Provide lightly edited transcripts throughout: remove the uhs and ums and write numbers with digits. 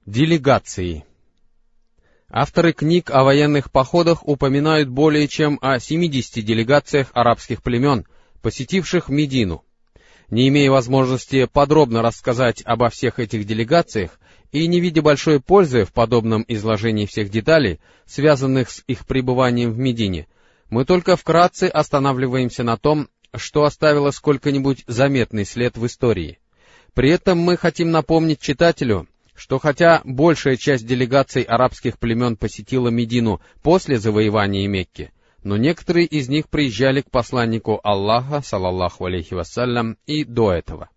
Делегации. Авторы книг о военных походах упоминают более чем о 70 делегациях арабских племен, посетивших Медину. Не имея возможности подробно рассказать обо всех этих делегациях и не видя большой пользы в подобном изложении всех деталей, связанных с их пребыванием в Медине, мы только вкратце останавливаемся на том, что оставило сколько-нибудь заметный след в истории. При этом мы хотим напомнить читателю, что хотя большая часть делегаций арабских племен посетила Медину после завоевания Мекки, но некоторые из них приезжали к посланнику Аллаха, салаллаху алейхи вассалям, и до этого.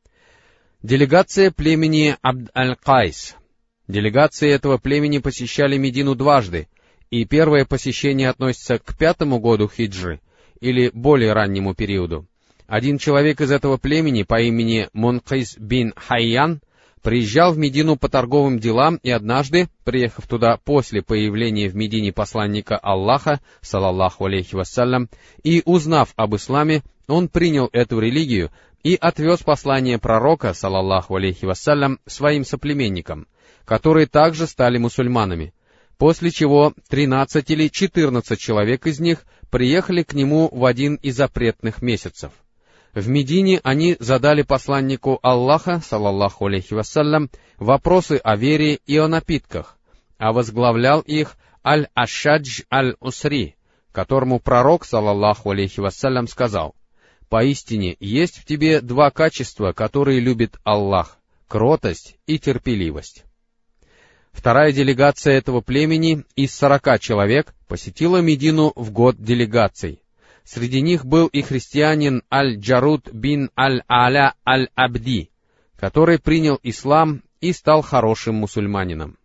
Делегация племени Абд-аль-Кайс. Делегации этого племени посещали Медину дважды, и первое посещение относится к 5-му году хиджры, или более раннему периоду. Один человек из этого племени по имени Мункис бин Хайян приезжал в Медину по торговым делам, и однажды, приехав туда после появления в Медине посланника Аллаха, салаллаху алейхи вассалям, и узнав об исламе, он принял эту религию и отвез послание пророка, салаллаху алейхи вассалям, своим соплеменникам, которые также стали мусульманами, после чего 13 или 14 человек из них приехали к нему в один из запретных месяцев. В Медине они задали посланнику Аллаха, салаллаху алейхи вассалям, вопросы о вере и о напитках, а возглавлял их Аль-Ашадж Аль-Усри, которому пророк, салаллаху алейхи вассалям, сказал: «Поистине есть в тебе два качества, которые любит Аллах — кротость и терпеливость». Вторая делегация этого племени из 40 человек посетила Медину в год делегаций. Среди них был и христианин Аль-Джаруд бин Аль-Аля Аль-Абди, который принял ислам и стал хорошим мусульманином.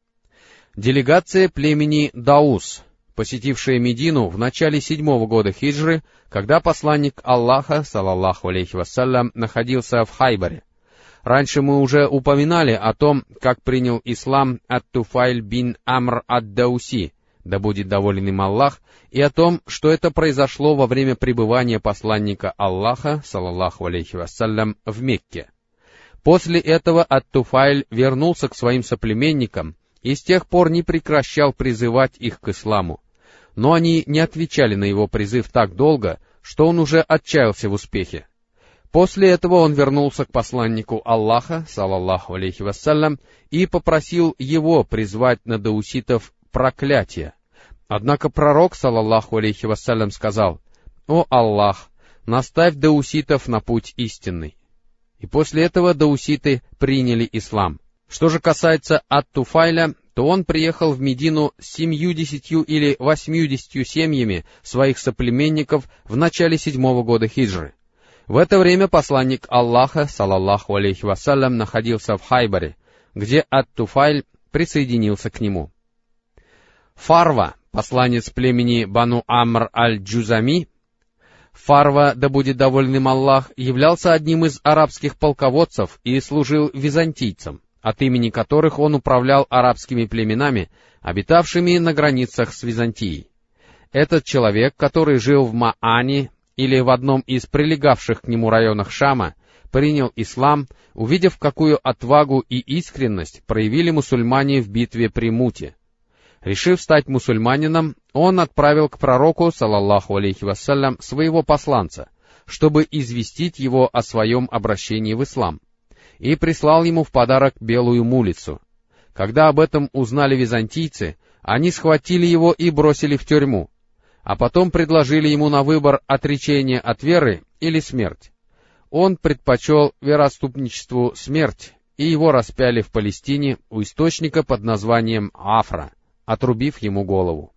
Делегация племени Даус, посетившая Медину в начале 7-го года хиджры, когда посланник Аллаха, салаллаху алейхи вассалям, находился в Хайбаре. Раньше мы уже упоминали о том, как принял ислам Ат-Туфайль бин Амр ад-Дауси, да будет доволен им Аллах, и о том, что это произошло во время пребывания посланника Аллаха, салаллаху алейхи вассалям, в Мекке. После этого Ат-Туфайль вернулся к своим соплеменникам и с тех пор не прекращал призывать их к исламу. Но они не отвечали на его призыв так долго, что он уже отчаялся в успехе. После этого он вернулся к посланнику Аллаха, салаллаху алейхи вассалям, и попросил его призвать на дауситов проклятие. Однако пророк, салаллаху алейхи вассалям, сказал: «О Аллах, наставь дауситов на путь истинный». И после этого дауситы приняли ислам. Что же касается Ат-Туфайля, то он приехал в Медину с 70 или 80 семьями своих соплеменников в начале 7-го года хиджры. В это время посланник Аллаха, салаллаху алейхи вассалям, находился в Хайбаре, где Ат-Туфайль присоединился к нему. Фарва, посланец племени Бану Амр аль-Джузами, Фарва, да будет доволен им Аллах, являлся одним из арабских полководцев и служил византийцам, от имени которых он управлял арабскими племенами, обитавшими на границах с Византией. Этот человек, который жил в Маане или в одном из прилегавших к нему районах Шама, принял ислам, увидев, какую отвагу и искренность проявили мусульмане в битве при Муте. Решив стать мусульманином, он отправил к пророку, салаллаху алейхи вассалям, своего посланца, чтобы известить его о своем обращении в ислам, и прислал ему в подарок белую мулицу. Когда об этом узнали византийцы, они схватили его и бросили в тюрьму, а потом предложили ему на выбор отречение от веры или смерть. Он предпочел вероотступничеству смерть, и его распяли в Палестине у источника под названием Афра, отрубив ему голову.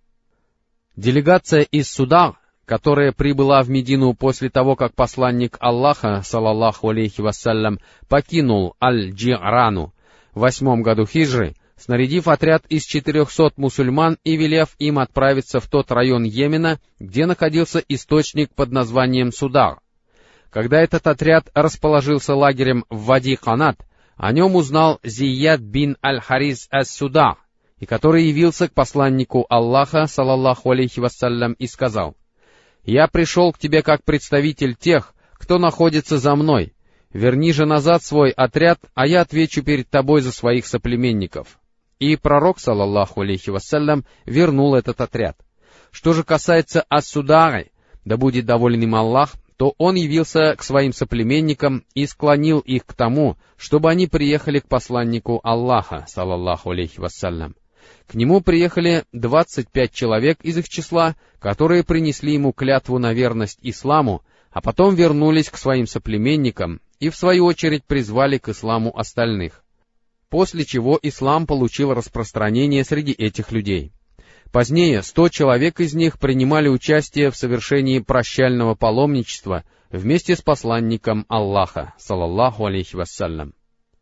Делегация из Суда, которая прибыла в Медину после того, как посланник Аллаха, салаллаху алейхи вассалям, покинул Аль-Джирану в 8-м году хиджры, снарядив отряд из 400 мусульман и велев им отправиться в тот район Йемена, где находился источник под названием Судар. Когда этот отряд расположился лагерем в Вади-Канат, о нем узнал Зияд бин Аль-Харис ас-Суда, и который явился к посланнику Аллаха, салаллаху алейхи вассалям, и сказал: «Я пришел к тебе как представитель тех, кто находится за мной, верни же назад свой отряд, а я отвечу перед тобой за своих соплеменников». И пророк, саллаллаху алейхи вассалям, вернул этот отряд. Что же касается Ас-Судары, да будет доволен им Аллах, то он явился к своим соплеменникам и склонил их к тому, чтобы они приехали к посланнику Аллаха, саллаллаху алейхи вассалям. К нему приехали 25 человек из их числа, которые принесли ему клятву на верность исламу, а потом вернулись к своим соплеменникам и в свою очередь призвали к исламу остальных. После чего ислам получил распространение среди этих людей. Позднее 100 человек из них принимали участие в совершении прощального паломничества вместе с посланником Аллаха, саллаллаху алейхи вассалям.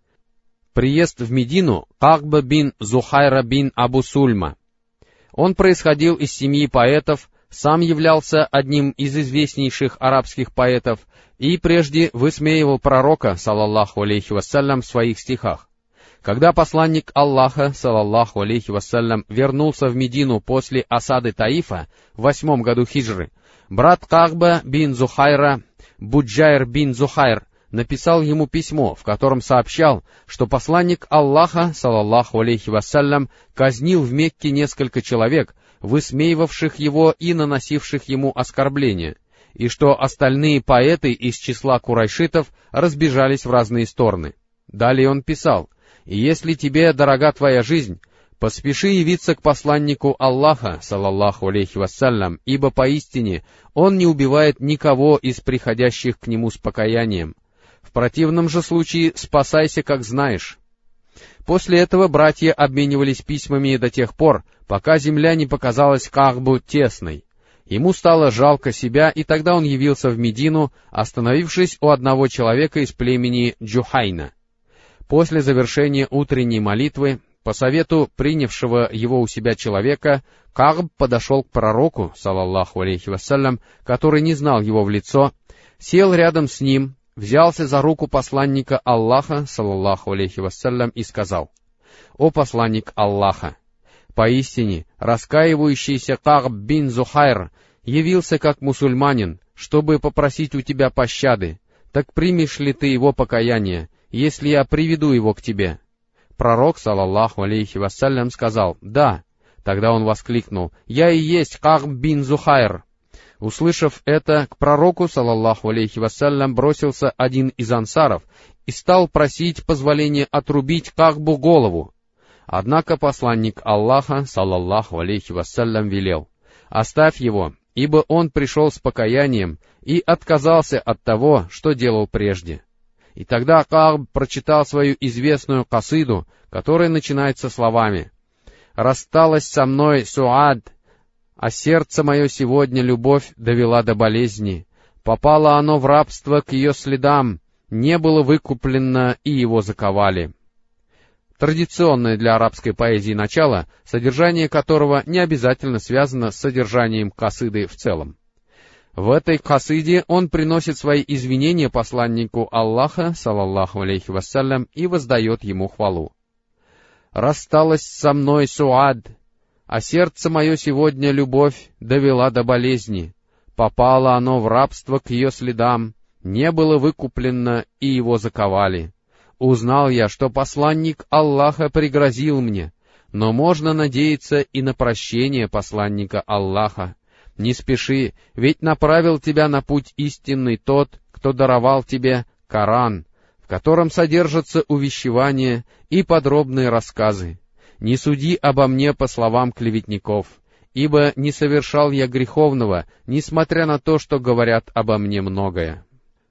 Приезд в Медину Ка'ба бин Зухайра бин Абу Сульма. Он происходил из семьи поэтов, сам являлся одним из известнейших арабских поэтов и прежде высмеивал пророка, саллаллаху алейхи вассалям, в своих стихах. Когда посланник Аллаха, саллаллаху алейхи вассалям, вернулся в Медину после осады Таифа в 8 году хиджры, брат Ка'ба бин Зухайра, Буджайр бин Зухайр, написал ему письмо, в котором сообщал, что посланник Аллаха, саллаллаху алейхи вассалям, казнил в Мекке несколько человек, высмеивавших его и наносивших ему оскорбления, и что остальные поэты из числа курайшитов разбежались в разные стороны. Далее он писал: «И если тебе дорога твоя жизнь, поспеши явиться к посланнику Аллаха, саллаллаху алейхи вассалям, ибо поистине он не убивает никого из приходящих к нему с покаянием. В противном же случае спасайся, как знаешь». После этого братья обменивались письмами до тех пор, пока земля не показалась Ка'бу тесной. Ему стало жалко себя, и тогда он явился в Медину, остановившись у одного человека из племени Джухайна. После завершения утренней молитвы, по совету принявшего его у себя человека, Ка'б подошел к пророку, саллаллаху алейхи вассалям, который не знал его в лицо, сел рядом с ним, взялся за руку посланника Аллаха, саллаллаху алейхи вассалям, и сказал: «О посланник Аллаха, поистине раскаивающийся Ка'б бин Зухайр явился как мусульманин, чтобы попросить у тебя пощады. Так примешь ли ты его покаяние, если я приведу его к тебе?» Пророк, саллаллаху алейхи вассалям, сказал: «Да». Тогда он воскликнул: «Я и есть Ка'б бин Зухайр». Услышав это, к пророку, саллаллаху алейхи вассалям, бросился один из ансаров и стал просить позволения отрубить Ка'бу голову. Однако посланник Аллаха, саллаллаху алейхи вассалям, велел: «Оставь его, ибо он пришел с покаянием и отказался от того, что делал прежде». И тогда Ка'б прочитал свою известную касиду, которая начинается словами: «Рассталась со мной Суад, а сердце мое сегодня любовь довела до болезни. Попало оно в рабство к ее следам, не было выкуплено, и его заковали». Традиционное для арабской поэзии начало, содержание которого не обязательно связано с содержанием касиды в целом. В этой касиде он приносит свои извинения посланнику Аллаха, саллаллаху алейхи вассалям, и воздает ему хвалу. «Рассталась со мной Суад, а сердце мое сегодня любовь довела до болезни. Попало оно в рабство к ее следам, не было выкуплено, и его заковали. Узнал я, что посланник Аллаха пригрозил мне, но можно надеяться и на прощение посланника Аллаха. Не спеши, ведь направил тебя на путь истинный тот, кто даровал тебе Коран, в котором содержатся увещевания и подробные рассказы. Не суди обо мне по словам клеветников, ибо не совершал я греховного, несмотря на то, что говорят обо мне многое.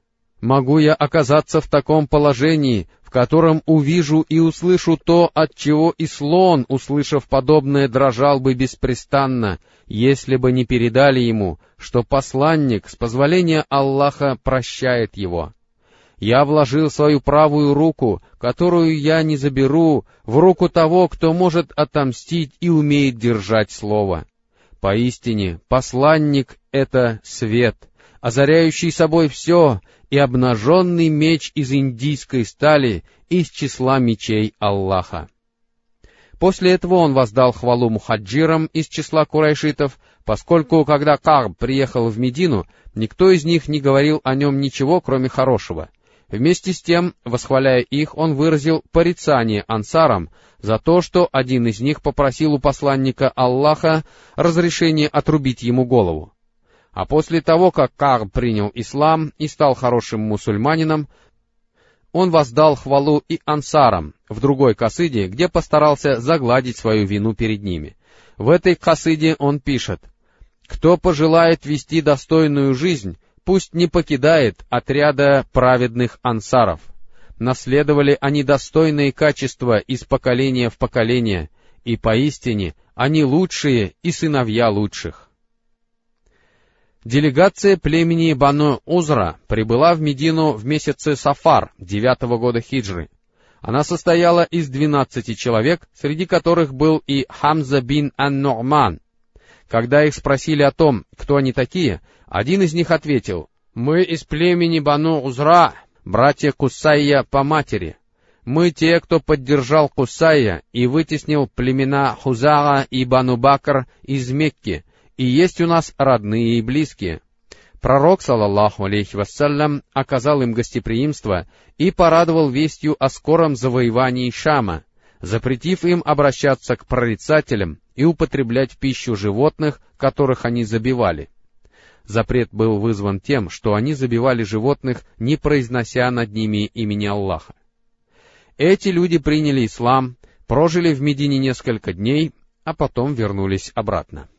Могу я оказаться в таком положении, в котором увижу и услышу то, от чего и слон, услышав подобное, дрожал бы беспрестанно, если бы не передали ему, что посланник, с позволения Аллаха, прощает его. Я вложил свою правую руку, которую я не заберу, в руку того, кто может отомстить и умеет держать слово. Поистине, посланник — это свет, озаряющий собой все, и обнаженный меч из индийской стали, из числа мечей Аллаха. После этого он воздал хвалу мухаджирам из числа курайшитов, поскольку, когда Ка'б приехал в Медину, никто из них не говорил о нем ничего, кроме хорошего. Вместе с тем, восхваляя их, он выразил порицание ансарам за то, что один из них попросил у посланника Аллаха разрешения отрубить ему голову. А после того, как Кааб принял ислам и стал хорошим мусульманином, он воздал хвалу и ансарам в другой касиде, где постарался загладить свою вину перед ними. В этой касиде он пишет: «Кто пожелает вести достойную жизнь, пусть не покидает отряда праведных ансаров. Наследовали они достойные качества из поколения в поколение, и поистине они лучшие и сыновья лучших». Делегация племени Бану Узра прибыла в Медину в месяце Сафар 9-го года хиджры. Она состояла из 12 человек, среди которых был и Хамза бин ан-Ну'ман. Когда их спросили о том, кто они такие, один из них ответил: «Мы из племени Бану Узра, братья Кусайя по матери. Мы те, кто поддержал Кусайя и вытеснил племена Хузаа и Бану Бакр из Мекки, и есть у нас родные и близкие». Пророк, саллаллаху алейхи вассалям, оказал им гостеприимство и порадовал вестью о скором завоевании Шама, запретив им обращаться к прорицателям и употреблять пищу животных, которых они забивали. Запрет был вызван тем, что они забивали животных, не произнося над ними имени Аллаха. Эти люди приняли ислам, прожили в Медине несколько дней, а потом вернулись обратно.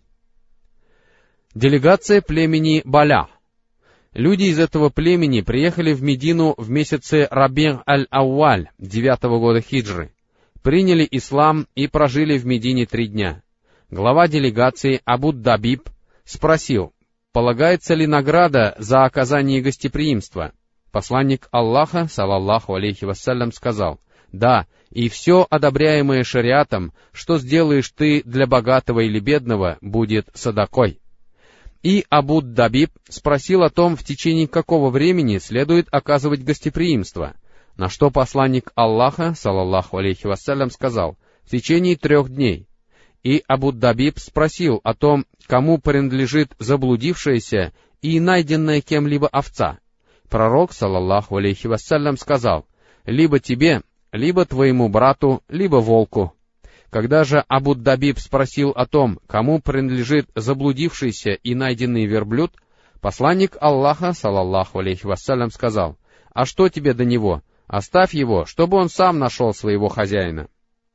Делегация племени Баля. Люди из этого племени приехали в Медину в месяце Раби'ь аль-Ауаль 9-го года хиджры, приняли ислам и прожили в Медине 3 дня. Глава делегации Абуд-Дабиб спросил, полагается ли награда за оказание гостеприимства. Посланник Аллаха, саллаллаху алейхи вассалям, сказал: «Да, и все одобряемое шариатом, что сделаешь ты для богатого или бедного, будет садакой». И Абуд-Дабиб спросил о том, в течение какого времени следует оказывать гостеприимство, на что посланник Аллаха, саллаллаху алейхи вассалям, сказал: «В течение 3 дней». И Абуд-Дабиб спросил о том, кому принадлежит заблудившаяся и найденная кем-либо овца. Пророк, саллаллаху алейхи вассалям, сказал: «Либо тебе, либо твоему брату, либо волку». Когда же Абуд-Дабиб спросил о том, кому принадлежит заблудившийся и найденный верблюд, посланник Аллаха, саллаллаху алейхи вассалям, сказал: «А что тебе до него? Оставь его, чтобы он сам нашел своего хозяина».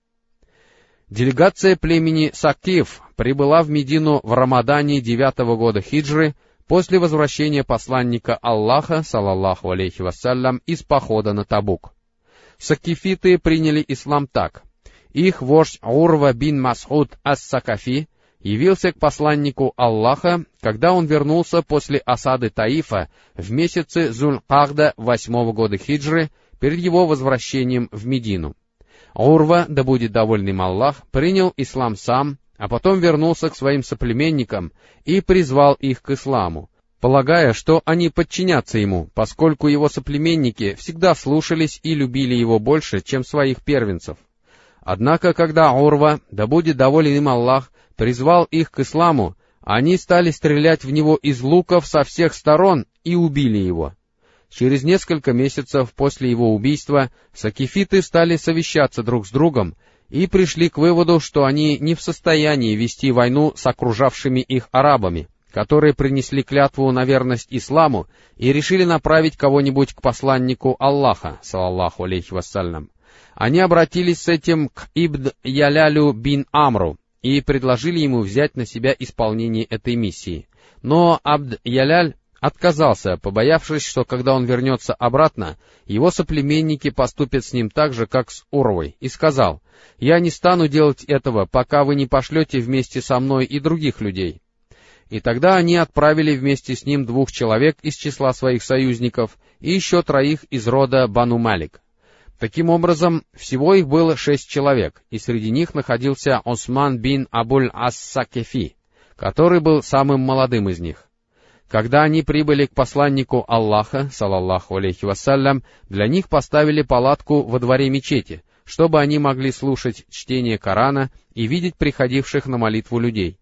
Делегация племени Сакиф прибыла в Медину в Рамадане 9-го года хиджры после возвращения посланника Аллаха, саллаллаху алейхи вассалям, из похода на Табук. Сакифиты приняли ислам так. Их вождь Урва бин Мас'уд ас-Сакафи явился к посланнику Аллаха, когда он вернулся после осады Таифа в месяце Зуль-Кагда 8-го года хиджры перед его возвращением в Медину. Урва, да будет доволен им Аллах, принял ислам сам, а потом вернулся к своим соплеменникам и призвал их к исламу, полагая, что они подчинятся ему, поскольку его соплеменники всегда слушались и любили его больше, чем своих первенцев. Однако, когда Урва, да будет доволен им Аллах, призвал их к исламу, они стали стрелять в него из луков со всех сторон и убили его. Через несколько месяцев после его убийства сакифиты стали совещаться друг с другом и пришли к выводу, что они не в состоянии вести войну с окружавшими их арабами, которые принесли клятву на верность исламу и решили направить кого-нибудь к посланнику Аллаха, саллаллаху алейхи вассалям. Они обратились с этим к Ибн Ялялю бин Амру и предложили ему взять на себя исполнение этой миссии. Но Абд Яляль отказался, побоявшись, что когда он вернется обратно, его соплеменники поступят с ним так же, как с Урвой, и сказал: «Я не стану делать этого, пока вы не пошлете вместе со мной и других людей». И тогда они отправили вместе с ним 2 человек из числа своих союзников и еще 3 из рода Бану Малик. Таким образом, всего их было 6 человек, и среди них находился Осман бин Абуль-ас-Сакефи, который был самым молодым из них. Когда они прибыли к посланнику Аллаха, саллаллаху алейхи вассалям, для них поставили палатку во дворе мечети, чтобы они могли слушать чтение Корана и видеть приходивших на молитву людей.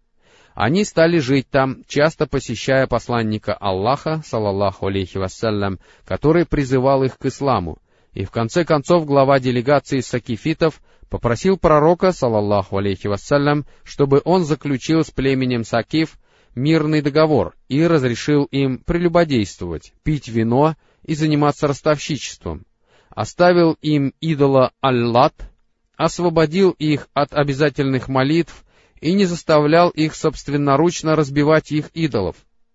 Они стали жить там, часто посещая посланника Аллаха, салаллаху алейхи вассалям, который призывал их к исламу, и в конце концов глава делегации сакифитов попросил пророка, салаллаху алейхи вассалям, чтобы он заключил с племенем Сакиф мирный договор и разрешил им прелюбодействовать, пить вино и заниматься ростовщичеством, оставил им идола Аллат, освободил их от обязательных молитв и не заставлял их собственноручно разбивать их идолов.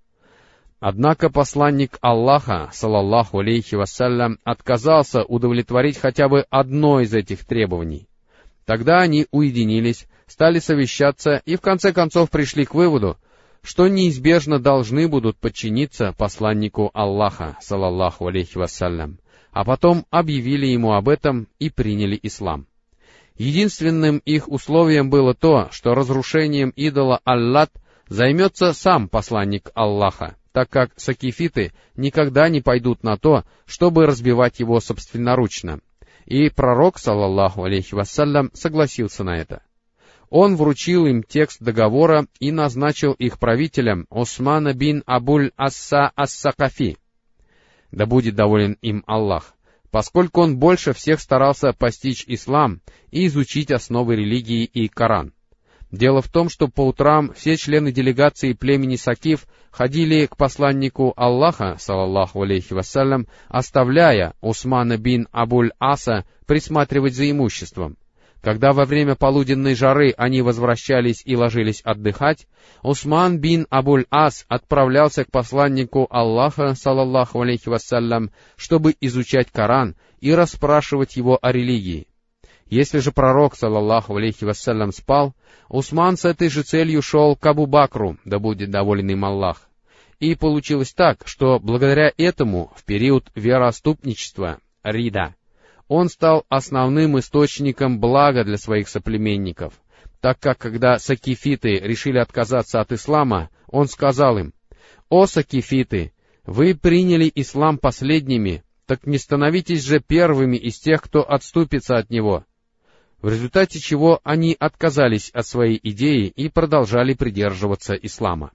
Однако посланник Аллаха, салаллаху алейхи вассалям, отказался удовлетворить хотя бы одно из этих требований. Тогда они уединились, стали совещаться и в конце концов пришли к выводу, что неизбежно должны будут подчиниться посланнику Аллаха, салаллаху алейхи вассалям, а потом объявили ему об этом и приняли ислам. Единственным их условием было то, что разрушением идола Аллат займется сам посланник Аллаха, так как сакифиты никогда не пойдут на то, чтобы разбивать его собственноручно. И пророк, салаллаху алейхи вассалям, согласился на это. Он вручил им текст договора и назначил их правителем Усмана бин Абуль-Асса ас-Сакафи, да будет доволен им Аллах, поскольку он больше всех старался постичь ислам и изучить основы религии и Коран. Дело в том, что по утрам все члены делегации племени Сакиф ходили к посланнику Аллаха, салаллаху алейхи вассалям, оставляя Усмана бин Абуль-Аса присматривать за имуществом. Когда во время полуденной жары они возвращались и ложились отдыхать, Усман бин Абуль-Ас отправлялся к посланнику Аллаха, салаллаху алейхи вассалям, чтобы изучать Коран и расспрашивать его о религии. Если же пророк, салаллаху алейхи вассалям, спал, Усман с этой же целью шел к Абу Бакру, да будет доволен им Аллах. И получилось так, что благодаря этому в период вероотступничества, рида, он стал основным источником блага для своих соплеменников, так как когда сакифиты решили отказаться от ислама, он сказал им: «О сакифиты, вы приняли ислам последними, так не становитесь же первыми из тех, кто отступится от него». В результате чего они отказались от своей идеи и продолжали придерживаться ислама.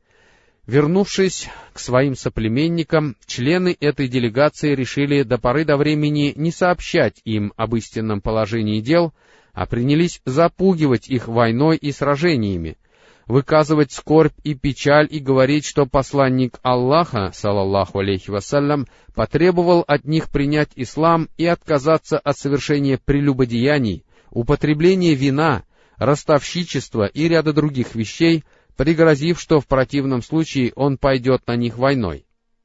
Вернувшись к своим соплеменникам, члены этой делегации решили до поры до времени не сообщать им об истинном положении дел, а принялись запугивать их войной и сражениями, выказывать скорбь и печаль и говорить, что посланник Аллаха, салаллаху алейхи вассалям, потребовал от них принять ислам и отказаться от совершения прелюбодеяний, употребления вина, ростовщичества и ряда других вещей, пригрозив, что в противном случае он пойдет на них войной.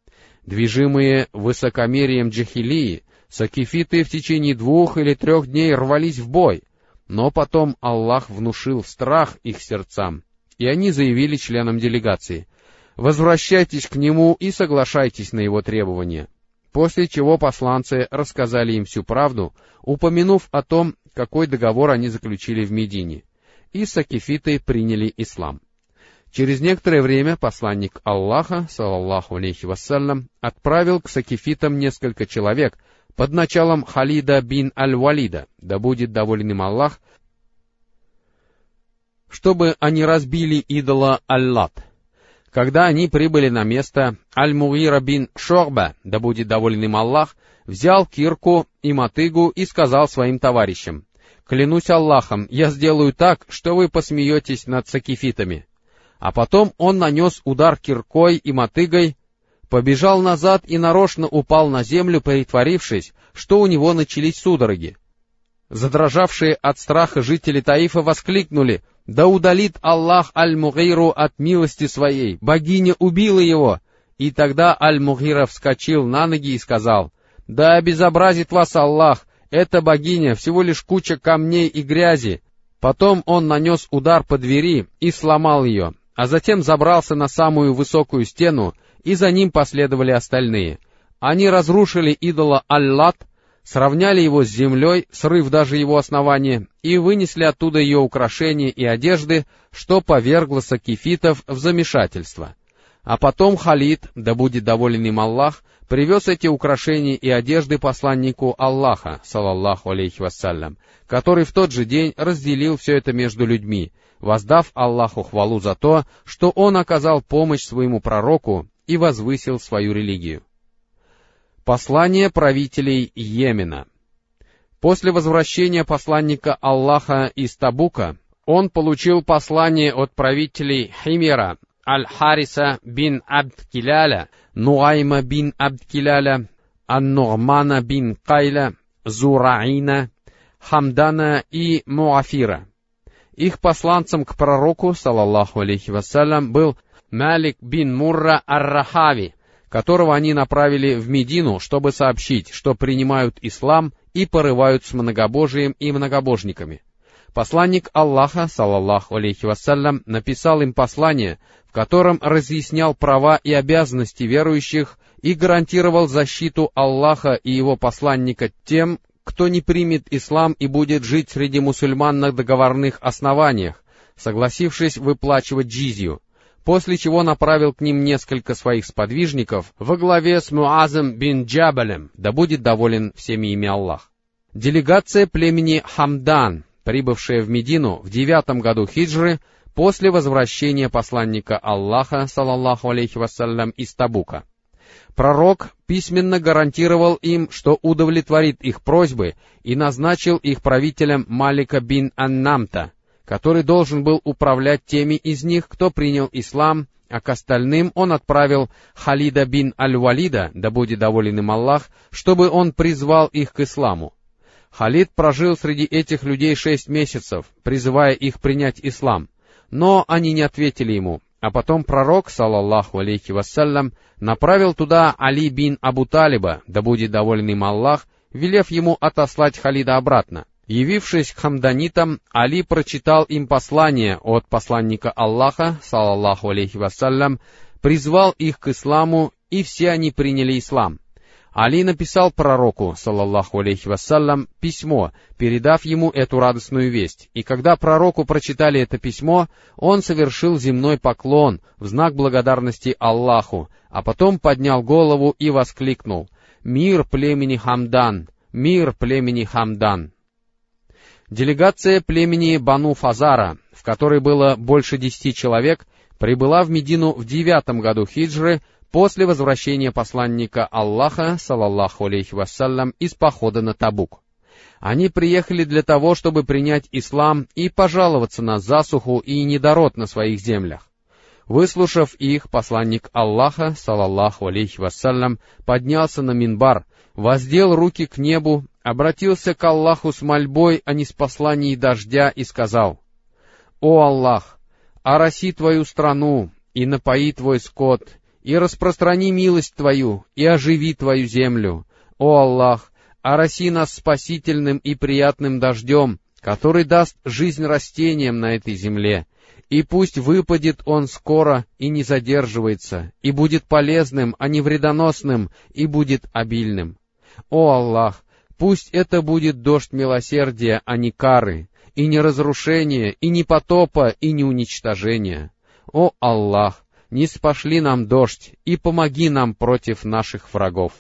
Движимые высокомерием джахилии, сакифиты в течение 2 или 3 дней рвались в бой, но потом Аллах внушил страх их сердцам, и они заявили членам делегации: «Возвращайтесь к нему и соглашайтесь на его требования», после чего посланцы рассказали им всю правду, упомянув о том, какой договор они заключили в Медине, и сакифиты приняли ислам. Через некоторое время посланник Аллаха, салаллаху алейхи вассалям, отправил к сакифитам несколько человек под началом Халида бин Аль-Валида, да будет доволен им Аллах, чтобы они разбили идола Аллат. Когда они прибыли на место, Аль-Мугира бин Шу'ба, да будет доволен им Аллах, взял кирку и мотыгу и сказал своим товарищам: «Клянусь Аллахом, я сделаю так, что вы посмеетесь над сакифитами». А потом он нанес удар киркой и мотыгой, побежал назад и нарочно упал на землю, притворившись, что у него начались судороги. Задрожавшие от страха жители Таифа воскликнули: «Да удалит Аллах Аль-Мугиру от милости своей! Богиня убила его!» И тогда Аль-Мугира вскочил на ноги и сказал: «Да обезобразит вас Аллах! Эта богиня всего лишь куча камней и грязи». Потом он нанес удар по двери и сломал ее, а затем забрался на самую высокую стену, и за ним последовали остальные. Они разрушили идола Аллат, сравняли его с землей, срыв даже его основания, и вынесли оттуда ее украшения и одежды, что повергло сакифитов в замешательство. А потом Халид, да будет доволен им Аллах, привез эти украшения и одежды посланнику Аллаха, салаллаху алейхи вассалям, который в тот же день разделил все это между людьми, воздав Аллаху хвалу за то, что он оказал помощь своему пророку и возвысил свою религию. Послание правителей Йемена. После возвращения посланника Аллаха из Табука, он получил послание от правителей Химера, Аль-Хариса бин Абд-Киляля, Нуайма бин Абд-Киляля, Ан-Нугмана бин Кайля, Зураина, Хамдана и Муафира. Их посланцем к пророку, салаллаху алейхи вассалям, был Малик бин Мурра ар-Рахави, которого они направили в Медину, чтобы сообщить, что принимают ислам и порывают с многобожием и многобожниками. Посланник Аллаха, салаллаху алейхи вассалям, написал им послание, в котором разъяснял права и обязанности верующих и гарантировал защиту Аллаха и его посланника тем, кто не примет ислам и будет жить среди мусульман на договорных основаниях, согласившись выплачивать джизью, после чего направил к ним несколько своих сподвижников во главе с Муазом бин Джабалем, да будет доволен всеми ими Аллах. Делегация племени Хамдан, прибывшая в Медину в 9 году хиджры, после возвращения посланника Аллаха, салаллаху алейхи вассалям, из Табука. Пророк письменно гарантировал им, что удовлетворит их просьбы, и назначил их правителем Малика бин Аннамта, который должен был управлять теми из них, кто принял ислам, а к остальным он отправил Халида бин Аль-Валида, да будет доволен им Аллах, чтобы он призвал их к исламу. Халид прожил среди этих людей 6 месяцев, призывая их принять ислам, но они не ответили ему. А потом пророк, салаллаху алейхи вассалям, направил туда Али бин Абу Талиба, да будет доволен им Аллах, велев ему отослать Халида обратно. Явившись к хамданитам, Али прочитал им послание от посланника Аллаха, салаллаху алейхи вассалям, призвал их к исламу, и все они приняли ислам. Али написал пророку, салаллаху алейхи вассалям, письмо, передав ему эту радостную весть, и когда пророку прочитали это письмо, он совершил земной поклон в знак благодарности Аллаху, а потом поднял голову и воскликнул: «Мир племени Хамдан! Мир племени Хамдан!» Делегация племени Бану Фазара, в которой было больше 10 человек, прибыла в Медину в 9 году хиджры, после возвращения посланника Аллаха, салаллаху алейхи вассалям, из похода на Табук. Они приехали для того, чтобы принять ислам и пожаловаться на засуху и недород на своих землях. Выслушав их, посланник Аллаха, салаллаху алейхи вассалям, поднялся на минбар, воздел руки к небу, обратился к Аллаху с мольбой о ниспослании дождя и сказал: «О Аллах, ороси Твою страну и напои Твой скот, и распространи милость Твою, и оживи Твою землю. О Аллах, ороси нас спасительным и приятным дождем, который даст жизнь растениям на этой земле, и пусть выпадет он скоро и не задерживается, и будет полезным, а не вредоносным, и будет обильным. О Аллах, пусть это будет дождь милосердия, а не кары, и не разрушения, и не потопа, и не уничтожения. О Аллах, ниспошли нам дождь и помоги нам против наших врагов».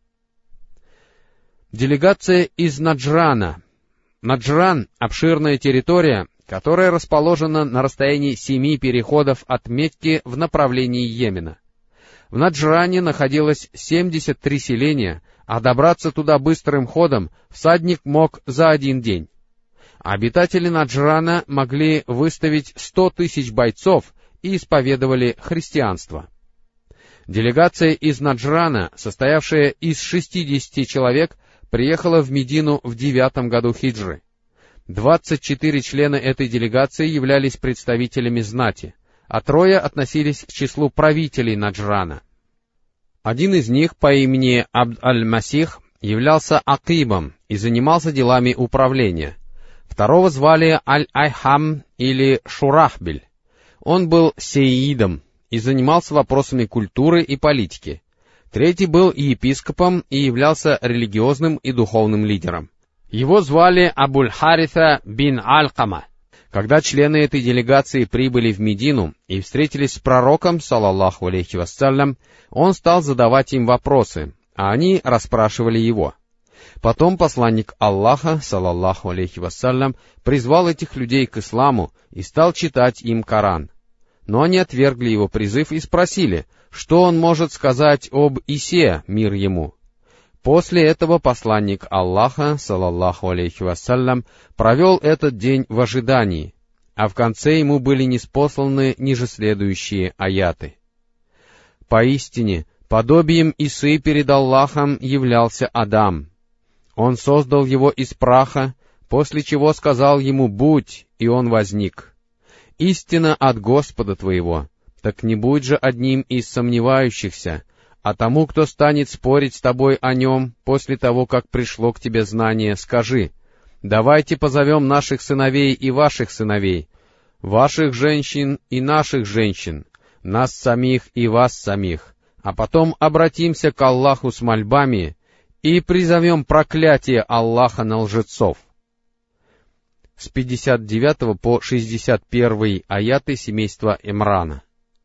Делегация из Наджрана. Наджран — обширная территория, которая расположена на расстоянии 7 переходов от Мекки в направлении Йемена. В Наджране находилось 73 селения, а добраться туда быстрым ходом всадник мог за 1 день. Обитатели Наджрана могли выставить 100 тысяч бойцов и исповедовали христианство. Делегация из Наджрана, состоявшая из 60 человек, приехала в Медину в 9 году хиджры. 24 члена этой делегации являлись представителями знати, а 3 относились к числу правителей Наджрана. Один из них по имени Абд-аль-Масих являлся акибом и занимался делами управления. 2 звали Аль-Айхам или Шурахбель. Он был сеидом и занимался вопросами культуры и политики. 3 был епископом и являлся религиозным и духовным лидером. Его звали Абуль-Хариса бин Алькама. Когда члены этой делегации прибыли в Медину и встретились с пророком, салаллаху алейхи вассалям, он стал задавать им вопросы, а они расспрашивали его. Потом посланник Аллаха, салаллаху алейхи вассалям, призвал этих людей к исламу и стал читать им Коран. Но они отвергли его призыв и спросили, что он может сказать об Исе, мир ему. После этого посланник Аллаха, салаллаху алейхи вассалям, провел этот день в ожидании, а в конце ему были ниспосланы ниже следующие аяты. «Поистине, подобием Исы перед Аллахом являлся Адам. Он создал его из праха, после чего сказал ему «будь», и он возник. Истина от Господа твоего, так не будь же одним из сомневающихся, а тому, кто станет спорить с тобой о нем после того, как пришло к тебе знание, скажи: давайте позовем наших сыновей и ваших сыновей, ваших женщин и наших женщин, нас самих и вас самих, а потом обратимся к Аллаху с мольбами и призовем проклятие Аллаха на лжецов». С 59 по 61 аяты семейства Имрана.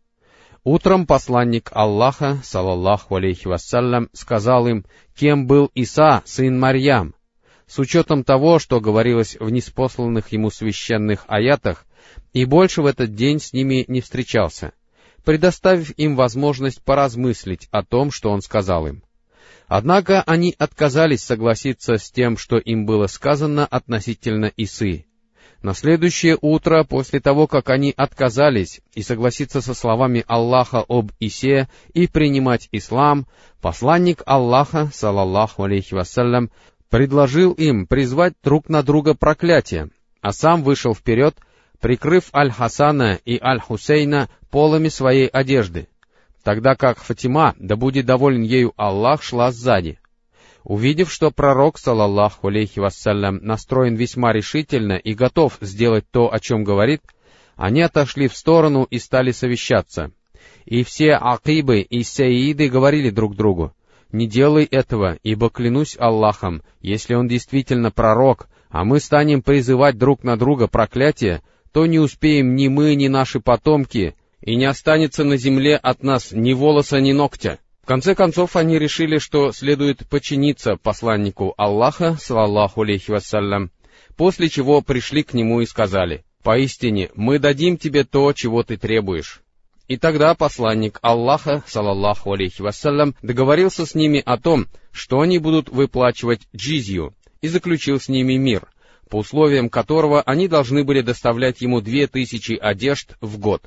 Утром посланник Аллаха, салаллаху алейхи вассалям, сказал им, кем был Иса, сын Марьям. С учетом того, что говорилось в ниспосланных ему священных аятах, и больше в этот день с ними не встречался, предоставив им возможность поразмыслить о том, что он сказал им. Однако они отказались согласиться с тем, что им было сказано относительно Исы. На следующее утро, после того, как они отказались и согласиться со словами Аллаха об Исе и принимать ислам, посланник Аллаха, салаллаху алейхи вассалям, предложил им призвать друг на друга проклятие, а сам вышел вперед, прикрыв Аль-Хасана и Аль-Хусейна полами своей одежды, тогда как Фатима, да будет доволен ею Аллах, шла сзади. Увидев, что пророк, салаллаху алейхи вассалям, настроен весьма решительно и готов сделать то, о чем говорит, они отошли в сторону и стали совещаться. И все акибы и саиды говорили друг другу: «Не делай этого, ибо клянусь Аллахом, если он действительно пророк, а мы станем призывать друг на друга проклятие, то не успеем ни мы, ни наши потомки, и не останется на земле от нас ни волоса, ни ногтя». В конце концов, они решили, что следует подчиниться посланнику Аллаха, саллаллаху алейхи вассалям, после чего пришли к нему и сказали: «Поистине, мы дадим тебе то, чего ты требуешь». И тогда посланник Аллаха, саллаллаху алейхи вассалям, договорился с ними о том, что они будут выплачивать джизью, и заключил с ними мир, по условиям которого они должны были доставлять ему 2000 одежд в год,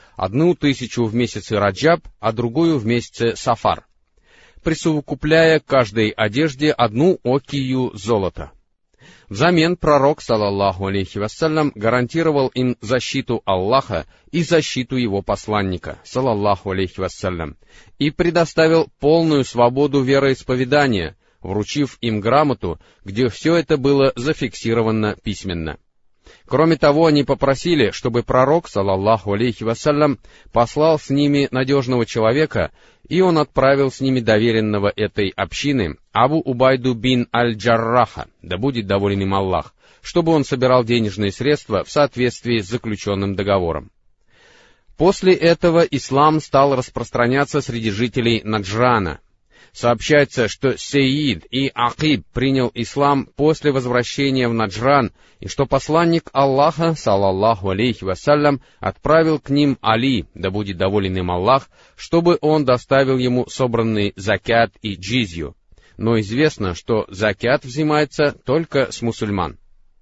1000 в месяце Раджаб, а другую в месяце Сафар, присовокупляя к каждой одежде 1 окию золота. Взамен пророк, саллаллаху алейхи вассалям, гарантировал им защиту Аллаха и защиту его посланника, саллаллаху алейхи вассалям, и предоставил полную свободу вероисповедания, вручив им грамоту, где все это было зафиксировано письменно. Кроме того, они попросили, чтобы пророк, саллаллаху алейхи вассалям, послал с ними надежного человека, и он отправил с ними доверенного этой общины, Абу Убайду бин Аль-Джарраха, да будет доволен им Аллах, чтобы он собирал денежные средства в соответствии с заключенным договором. После этого ислам стал распространяться среди жителей Наджрана. Сообщается, что Сеид и Акиб принял ислам после возвращения в Наджран, и что посланник Аллаха, саллаллаху алейхи вассалям, отправил к ним Али, да будет доволен им Аллах, чтобы он доставил ему собранный закят и джизью. Но известно, что закят взимается только с мусульман.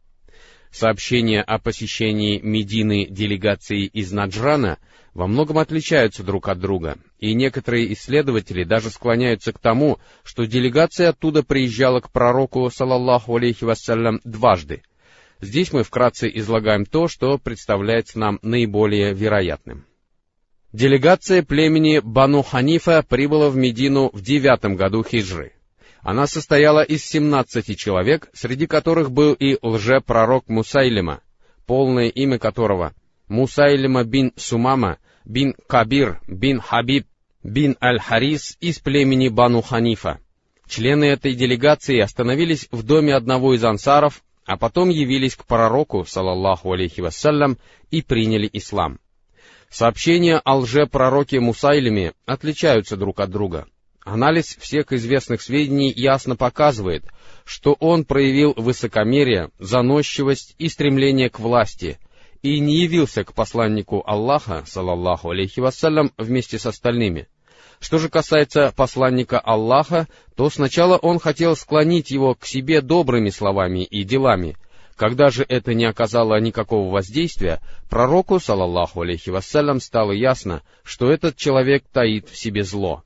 Сообщения о посещении Медины делегации из Наджрана во многом отличаются друг от друга, и некоторые исследователи даже склоняются к тому, что делегация оттуда приезжала к пророку, саллаллаху алейхи вассалям, дважды. Здесь мы вкратце излагаем то, что представляется нам наиболее вероятным. Делегация племени Бану Ханифа прибыла в Медину в 9 году хиджры. Она состояла из 17 человек, среди которых был и лжепророк Мусайлима, полное имя которого Мусайлима бин Сумама бин Кабир бин Хабиб бин Аль-Харис из племени Бану Ханифа. Члены этой делегации остановились в доме одного из ансаров, а потом явились к пророку, салаллаху алейхи вассалям, и приняли ислам. Сообщения о лжепророке Мусайлиме отличаются друг от друга. Анализ всех известных сведений ясно показывает, что он проявил высокомерие, заносчивость и стремление к власти, и не явился к посланнику Аллаха, салаллаху алейхи вассалям, вместе с остальными. Что же касается посланника Аллаха, то сначала он хотел склонить его к себе добрыми словами и делами. Когда же это не оказало никакого воздействия, пророку, салаллаху алейхи вассалям, стало ясно, что этот человек таит в себе зло.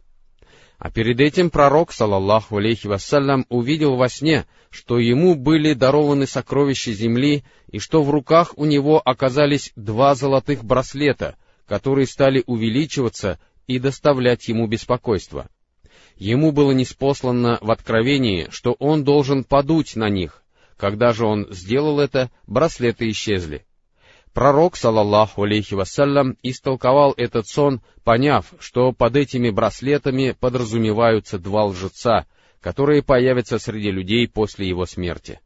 А перед этим пророк, салаллаху алейхи вассалям, увидел во сне, что ему были дарованы сокровища земли, и что в руках у него оказались 2 золотых браслета, которые стали увеличиваться и доставлять ему беспокойство. Ему было ниспослано в откровении, что он должен подуть на них. Когда же он сделал это, браслеты исчезли. Пророк, салаллаху алейхи вассалям, истолковал этот сон, поняв, что под этими браслетами подразумеваются 2 лжеца, которые появятся среди людей после его смерти.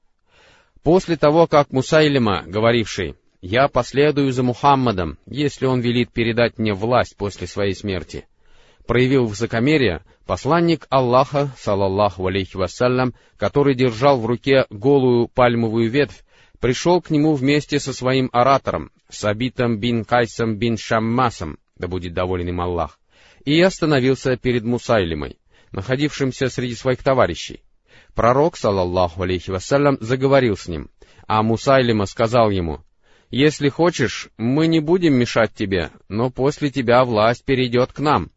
После того, как Мусайлима, говоривший «Я последую за Мухаммадом, если он велит передать мне власть после своей смерти», проявил высокомерие, посланник Аллаха, салаллаху алейхи вассалям, который держал в руке голую пальмовую ветвь, пришел к нему вместе со своим оратором, Сабитом бин Кайсом бин Шаммасом, да будет доволен им Аллах, и остановился перед Мусайлимой, находившимся среди своих товарищей. Пророк, салаллаху алейхи вассалям, заговорил с ним, а Мусайлима сказал ему: «Если хочешь, мы не будем мешать тебе, но после тебя власть перейдет к нам».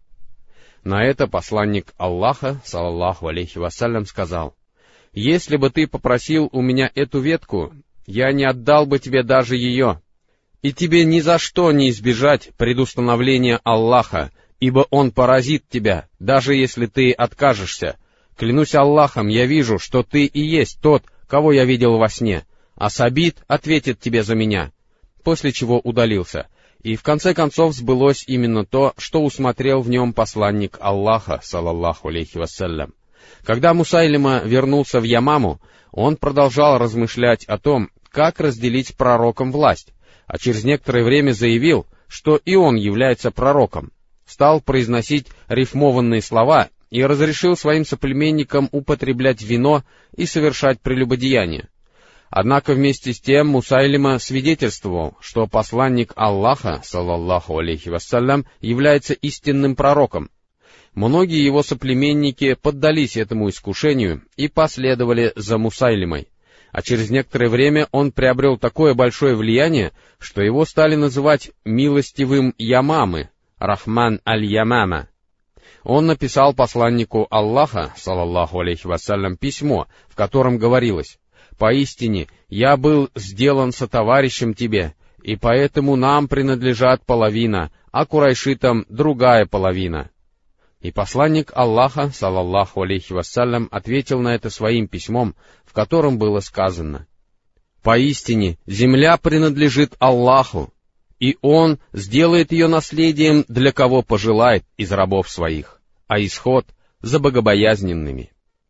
На это посланник Аллаха, салаллаху алейхи вассалям, сказал: «Если бы ты попросил у меня эту ветку, я не отдал бы тебе даже ее, и тебе ни за что не избежать предустановления Аллаха, ибо он поразит тебя, даже если ты откажешься. Клянусь Аллахом, я вижу, что ты и есть тот, кого я видел во сне, а Сабит ответит тебе за меня», после чего удалился. И в конце концов сбылось именно то, что усмотрел в нем посланник Аллаха, салаллаху алейхи вассалям. Когда Мусайлима вернулся в Ямаму, он продолжал размышлять о том, как разделить с пророком власть, а через некоторое время заявил, что и он является пророком, стал произносить рифмованные слова и разрешил своим соплеменникам употреблять вино и совершать прелюбодеяние. Однако вместе с тем Мусайлима свидетельствовал, что посланник Аллаха, салаллаху алейхи вассалям, является истинным пророком. Многие его соплеменники поддались этому искушению и последовали за Мусайлимой, а через некоторое время он приобрел такое большое влияние, что его стали называть «милостивым Ямамы», Рахман аль-Ямама. Он написал посланнику Аллаха, салаллаху алейхи вассалям, письмо, в котором говорилось: «Поистине, я был сделан сотоварищем тебе, и поэтому нам принадлежат половина, а курайшитам другая половина». И посланник Аллаха, салаллаху алейхи вассалям, ответил на это своим письмом, в котором было сказано: «Поистине, земля принадлежит Аллаху, и Он сделает ее наследием для кого пожелает из рабов своих, а исход за богобоязненными».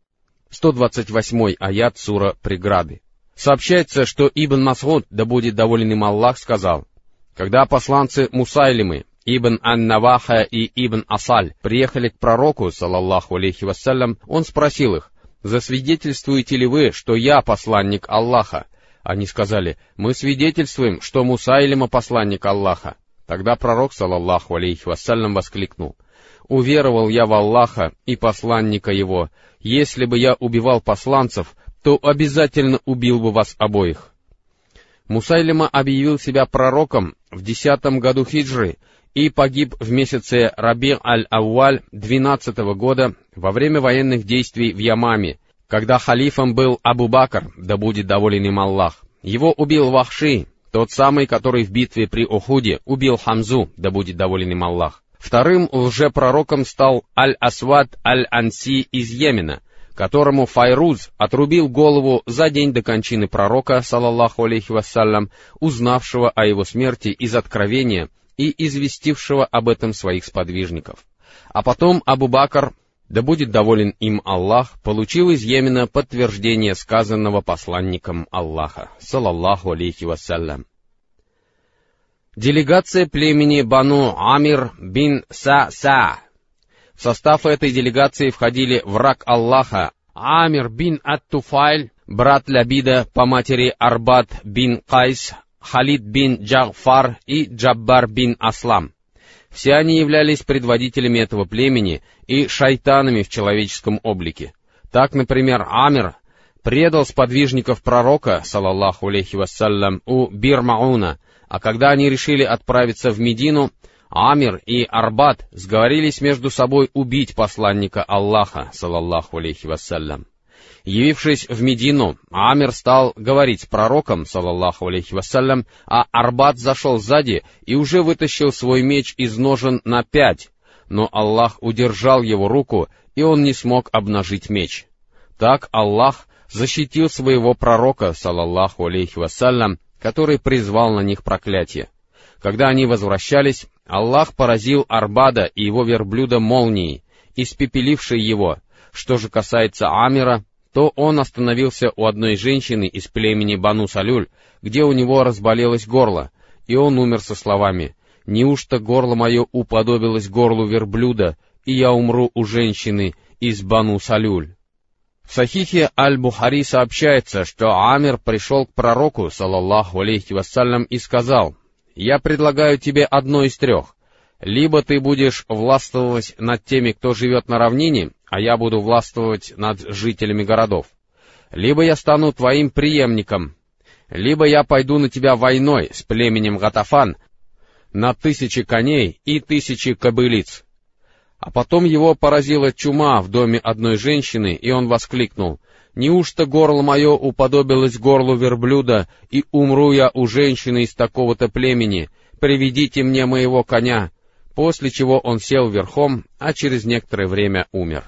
128 аят сура «Преграды». Сообщается, что Ибн Мас'уд, да будет доволен им Аллах, сказал: «Когда посланцы Мусайлимы, Ибн ан-Наваха и Ибн Асаль приехали к пророку, салаллаху алейхи вассалям, он спросил их: «Засвидетельствуете ли вы, что я посланник Аллаха?» Они сказали: «Мы свидетельствуем, что Мусайлима посланник Аллаха». Тогда пророк, салаллаху алейхи вассалям, воскликнул: «Уверовал я в Аллаха и посланника его. Если бы я убивал посланцев, то обязательно убил бы вас обоих». Мусайлима объявил себя пророком в 10-м году хиджры и погиб в месяце Раби' аль-Ауаль 12-го года во время военных действий в Ямаме, когда халифом был Абу Бакр, да будет доволен им Аллах. Его убил Вахши, тот самый, который в битве при Ухуде убил Хамзу, да будет доволен им Аллах. Вторым лжепророком стал Аль-Асвад Аль-Анси из Йемена, которому Файруз отрубил голову за день до кончины пророка, салаллаху алейхи вассалям, узнавшего о его смерти из откровения и известившего об этом своих сподвижников. А потом Абу Бакр, да будет доволен им Аллах, получил из Йемена подтверждение сказанного посланником Аллаха, салаллаху алейхи вассалям. Делегация племени Бану Амир бин Са-Са. В состав этой делегации входили враг Аллаха Амир бин Ат-Туфайль, брат Лябида по матери Арбад бин Кайс, Халид бин Джагфар и Джаббар бин Аслам. Все они являлись предводителями этого племени и шайтанами в человеческом облике. Так, например, Амир предал сподвижников пророка, салаллаху алейхи вассалям, у Бир-Мауна, а когда они решили отправиться в Медину, Амир и Арбад сговорились между собой убить посланника Аллаха, салаллаху алейхи вассалям. Явившись в Медину, Амир стал говорить с пророком, салаллаху алейхи вассалям, а Арбад зашел сзади и уже вытащил свой меч из ножен на 5, но Аллах удержал его руку, и он не смог обнажить меч. Так Аллах защитил своего пророка, салаллаху алейхи вассалям, который призвал на них проклятие. Когда они возвращались, Аллах поразил Арбада и его верблюда молнией, испепелившей его. Что же касается Амира, то он остановился у одной женщины из племени Бану Салюль, где у него разболелось горло, и он умер со словами: «Неужто горло мое уподобилось горлу верблюда, и я умру у женщины из Бану Салюль?» В Сахихе Аль-Бухари сообщается, что Амир пришел к пророку, салаллаху алейхи вассалям, и сказал: «Я предлагаю тебе одно из 3. Либо ты будешь властвовать над теми, кто живет на равнине, а я буду властвовать над жителями городов. Либо я стану твоим преемником, либо я пойду на тебя войной с племенем Гатафан на 1000 коней и 1000 кобылиц». А потом его поразила чума в доме одной женщины, и он воскликнул: «Неужто горло мое уподобилось горлу верблюда, и умру я у женщины из такого-то племени? Приведите мне моего коня». После чего он сел верхом, а через некоторое время умер.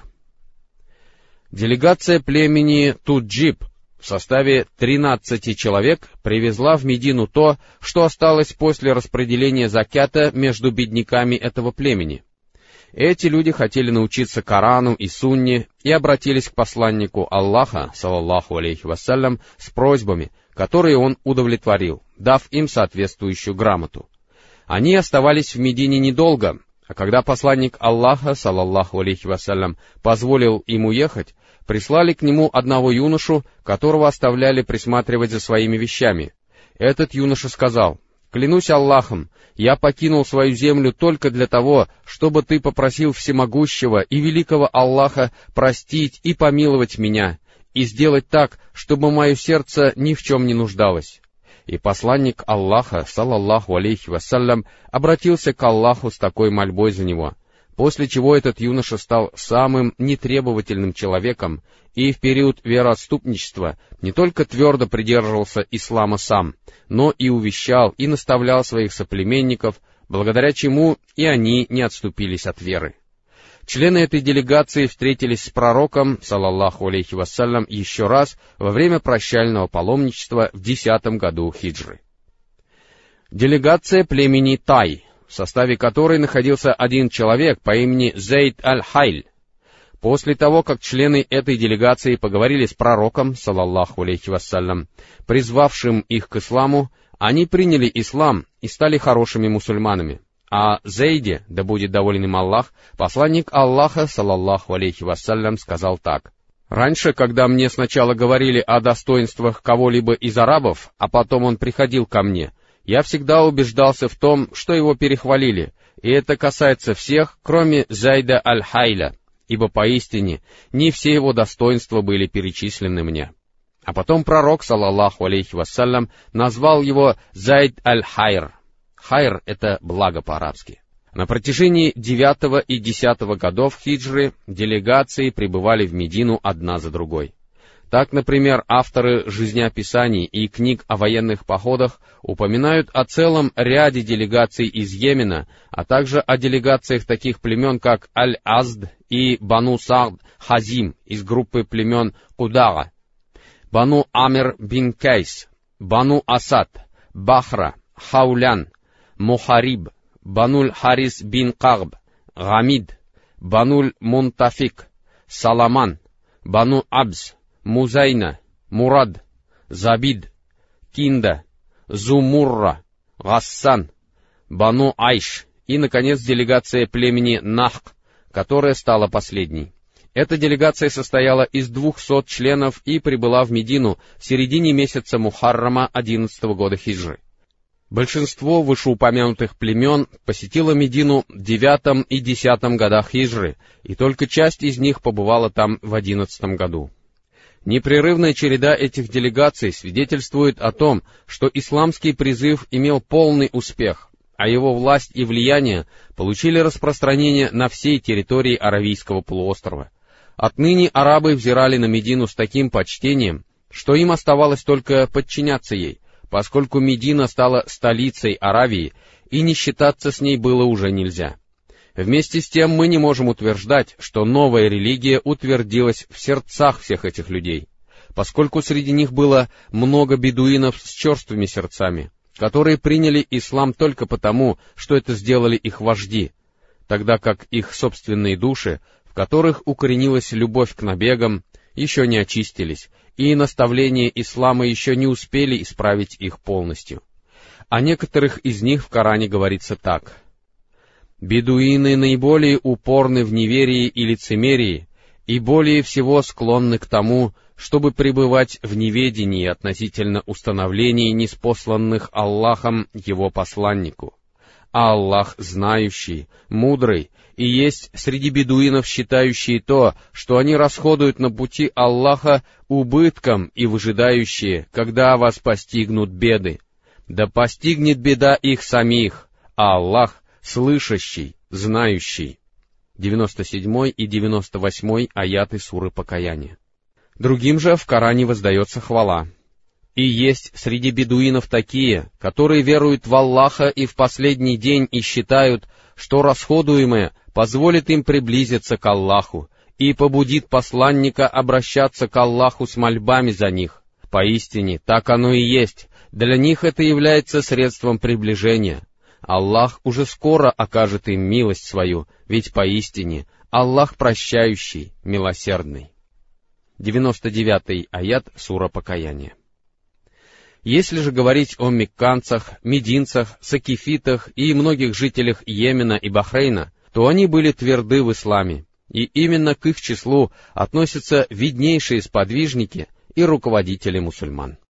Делегация племени Туджиб в составе 13 человек привезла в Медину то, что осталось после распределения закята между бедняками этого племени. Эти люди хотели научиться Корану и Сунне и обратились к посланнику Аллаха, салаллаху алейхи вассалям, с просьбами, которые он удовлетворил, дав им соответствующую грамоту. Они оставались в Медине недолго, а когда посланник Аллаха, салаллаху алейхи вассалям, позволил им уехать, прислали к нему одного юношу, которого оставляли присматривать за своими вещами. Этот юноша сказал: «Клянусь Аллахом, я покинул свою землю только для того, чтобы ты попросил всемогущего и великого Аллаха простить и помиловать меня, и сделать так, чтобы мое сердце ни в чем не нуждалось». И посланник Аллаха, салаллаху алейхи вассалям, обратился к Аллаху с такой мольбой за него, после чего этот юноша стал самым нетребовательным человеком и в период вероотступничества не только твердо придерживался ислама сам, но и увещал и наставлял своих соплеменников, благодаря чему и они не отступились от веры. Члены этой делегации встретились с пророком, салаллаху алейхи вассалям, еще раз во время прощального паломничества в 10-м году хиджры. Делегация племени Тай, в составе которой находился один человек по имени Зейд аль-Хайль. После того, как члены этой делегации поговорили с пророком, салаллаху алейхи вассалям, призвавшим их к исламу, они приняли ислам и стали хорошими мусульманами. А Зейде, да будет доволен им Аллах, посланник Аллаха, салаллаху алейхи вассалям, сказал так: «Раньше, когда мне сначала говорили о достоинствах кого-либо из арабов, а потом он приходил ко мне, я всегда убеждался в том, что его перехвалили, и это касается всех, кроме Зайда аль-Хайля, ибо поистине не все его достоинства были перечислены мне». А потом пророк, салаллаху алейхи вассалям, назвал его Зайд аль-Хайр. Хайр — это благо по-арабски. На протяжении 9 и 10 годов хиджры делегации прибывали в Медину одна за другой. Так, например, авторы жизнеописаний и книг о военных походах упоминают о целом ряде делегаций из Йемена, а также о делегациях таких племен, как Аль-Азд и Бану Саад Хазим из группы племен Кудага, Бану Амир бин Кайс, Бану Асад, Бахра, Хаулян, Мухариб, Бануль Харис бин Кагб, Гамид, Бануль Мунтафик, Саламан, Бану Абз, Музайна, Мурад, Забид, Кинда, Зумурра, Гассан, Бану Айш и, наконец, делегация племени Нахк, которая стала последней. Эта делегация состояла из 200 членов и прибыла в Медину в середине месяца Мухаррама 11-го года хиджры. Большинство вышеупомянутых племен посетило Медину в 9 и 10 годах хиджры, и только часть из них побывала там в 11 году. Непрерывная череда этих делегаций свидетельствует о том, что исламский призыв имел полный успех, а его власть и влияние получили распространение на всей территории Аравийского полуострова. Отныне арабы взирали на Медину с таким почтением, что им оставалось только подчиняться ей, поскольку Медина стала столицей Аравии, и не считаться с ней было уже нельзя. Вместе с тем мы не можем утверждать, что новая религия утвердилась в сердцах всех этих людей, поскольку среди них было много бедуинов с черствыми сердцами, которые приняли ислам только потому, что это сделали их вожди, тогда как их собственные души, в которых укоренилась любовь к набегам, еще не очистились, и наставления ислама еще не успели исправить их полностью. О некоторых из них в Коране говорится так: «Бедуины наиболее упорны в неверии и лицемерии, и более всего склонны к тому, чтобы пребывать в неведении относительно установлений, ниспосланных Аллахом Его посланнику. А Аллах знающий, мудрый, и есть среди бедуинов считающие то, что они расходуют на пути Аллаха, убытком и выжидающие, когда вас постигнут беды. Да постигнет беда их самих, а Аллах слышащий, знающий». 97 и 98 аяты суры Покаяния. Другим же в Коране воздается хвала. «И есть среди бедуинов такие, которые веруют в Аллаха и в последний день и считают, что расходуемое позволит им приблизиться к Аллаху и побудит посланника обращаться к Аллаху с мольбами за них. Поистине, так оно и есть, для них это является средством приближения. Аллах уже скоро окажет им милость свою, ведь поистине Аллах прощающий, милосердный». 99 аят сура Покаяния. Если же говорить о мекканцах, мединцах, сакифитах и многих жителях Йемена и Бахрейна, то они были тверды в исламе, и именно к их числу относятся виднейшие сподвижники и руководители мусульман.